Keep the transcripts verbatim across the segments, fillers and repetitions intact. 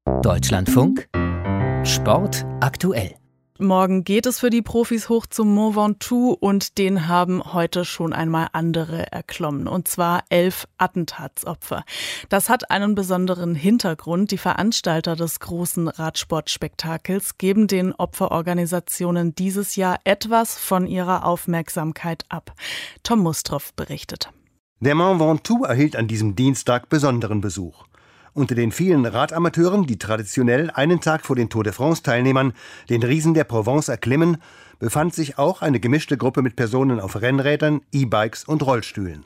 Deutschlandfunk Sport aktuell. Morgen geht es für die Profis hoch zum Mont Ventoux und den haben heute schon einmal andere erklommen, und zwar elf Attentatsopfer. Das hat einen besonderen Hintergrund. Die Veranstalter des großen Radsportspektakels geben den Opferorganisationen dieses Jahr etwas von ihrer Aufmerksamkeit ab. Tom Mustroff berichtet. Der Mont Ventoux erhielt an diesem Dienstag besonderen Besuch. Unter den vielen Radamateuren, die traditionell einen Tag vor den Tour de France-Teilnehmern den Riesen der Provence erklimmen, befand sich auch eine gemischte Gruppe mit Personen auf Rennrädern, E-Bikes und Rollstühlen.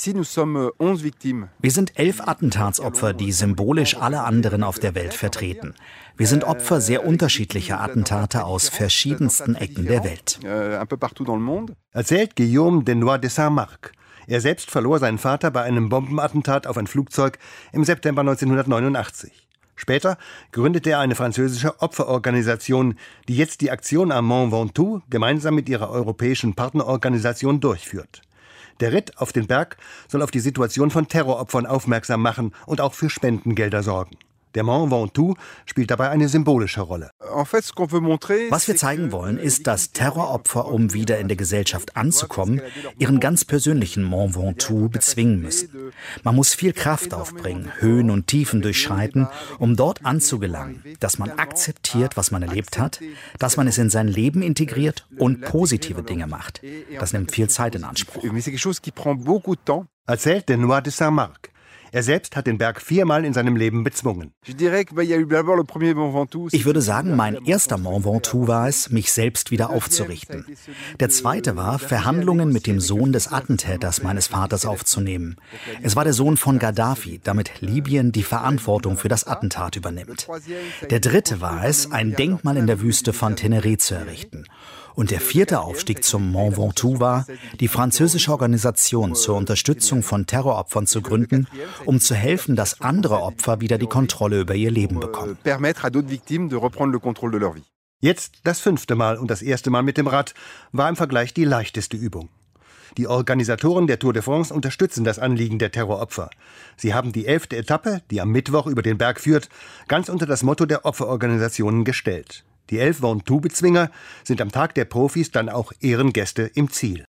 Wir sind elf Attentatsopfer, die symbolisch alle anderen auf der Welt vertreten. Wir sind Opfer sehr unterschiedlicher Attentate aus verschiedensten Ecken der Welt. Erzählt Guillaume Denoy de Saint-Marc. Er selbst verlor seinen Vater bei einem Bombenattentat auf ein Flugzeug im September neunzehnhundertneunundachtzig. Später gründete er eine französische Opferorganisation, die jetzt die Aktion am Mont Ventoux gemeinsam mit ihrer europäischen Partnerorganisation durchführt. Der Ritt auf den Berg soll auf die Situation von Terroropfern aufmerksam machen und auch für Spendengelder sorgen. Der Mont Ventoux spielt dabei eine symbolische Rolle. Was wir zeigen wollen, ist, dass Terroropfer, um wieder in der Gesellschaft anzukommen, ihren ganz persönlichen Mont Ventoux bezwingen müssen. Man muss viel Kraft aufbringen, Höhen und Tiefen durchschreiten, um dort anzugelangen, dass man akzeptiert, was man erlebt hat, dass man es in sein Leben integriert und positive Dinge macht. Das nimmt viel Zeit in Anspruch. Erzählt Denoy de Saint-Marc. Er selbst hat den Berg viermal in seinem Leben bezwungen. Ich würde sagen, mein erster Mont Ventoux war es, mich selbst wieder aufzurichten. Der zweite war, Verhandlungen mit dem Sohn des Attentäters meines Vaters aufzunehmen. Es war der Sohn von Gaddafi, damit Libyen die Verantwortung für das Attentat übernimmt. Der dritte war es, ein Denkmal in der Wüste von Teneré zu errichten. Und der vierte Aufstieg zum Mont Ventoux war, die französische Organisation zur Unterstützung von Terroropfern zu gründen, um zu helfen, dass andere Opfer wieder die Kontrolle über ihr Leben bekommen. Jetzt das fünfte Mal und das erste Mal mit dem Rad war im Vergleich die leichteste Übung. Die Organisatoren der Tour de France unterstützen das Anliegen der Terroropfer. Sie haben die elfte Etappe, die am Mittwoch über den Berg führt, ganz unter das Motto der Opferorganisationen gestellt. Die elf Ventoux-Bezwinger sind am Tag der Profis dann auch Ehrengäste im Ziel.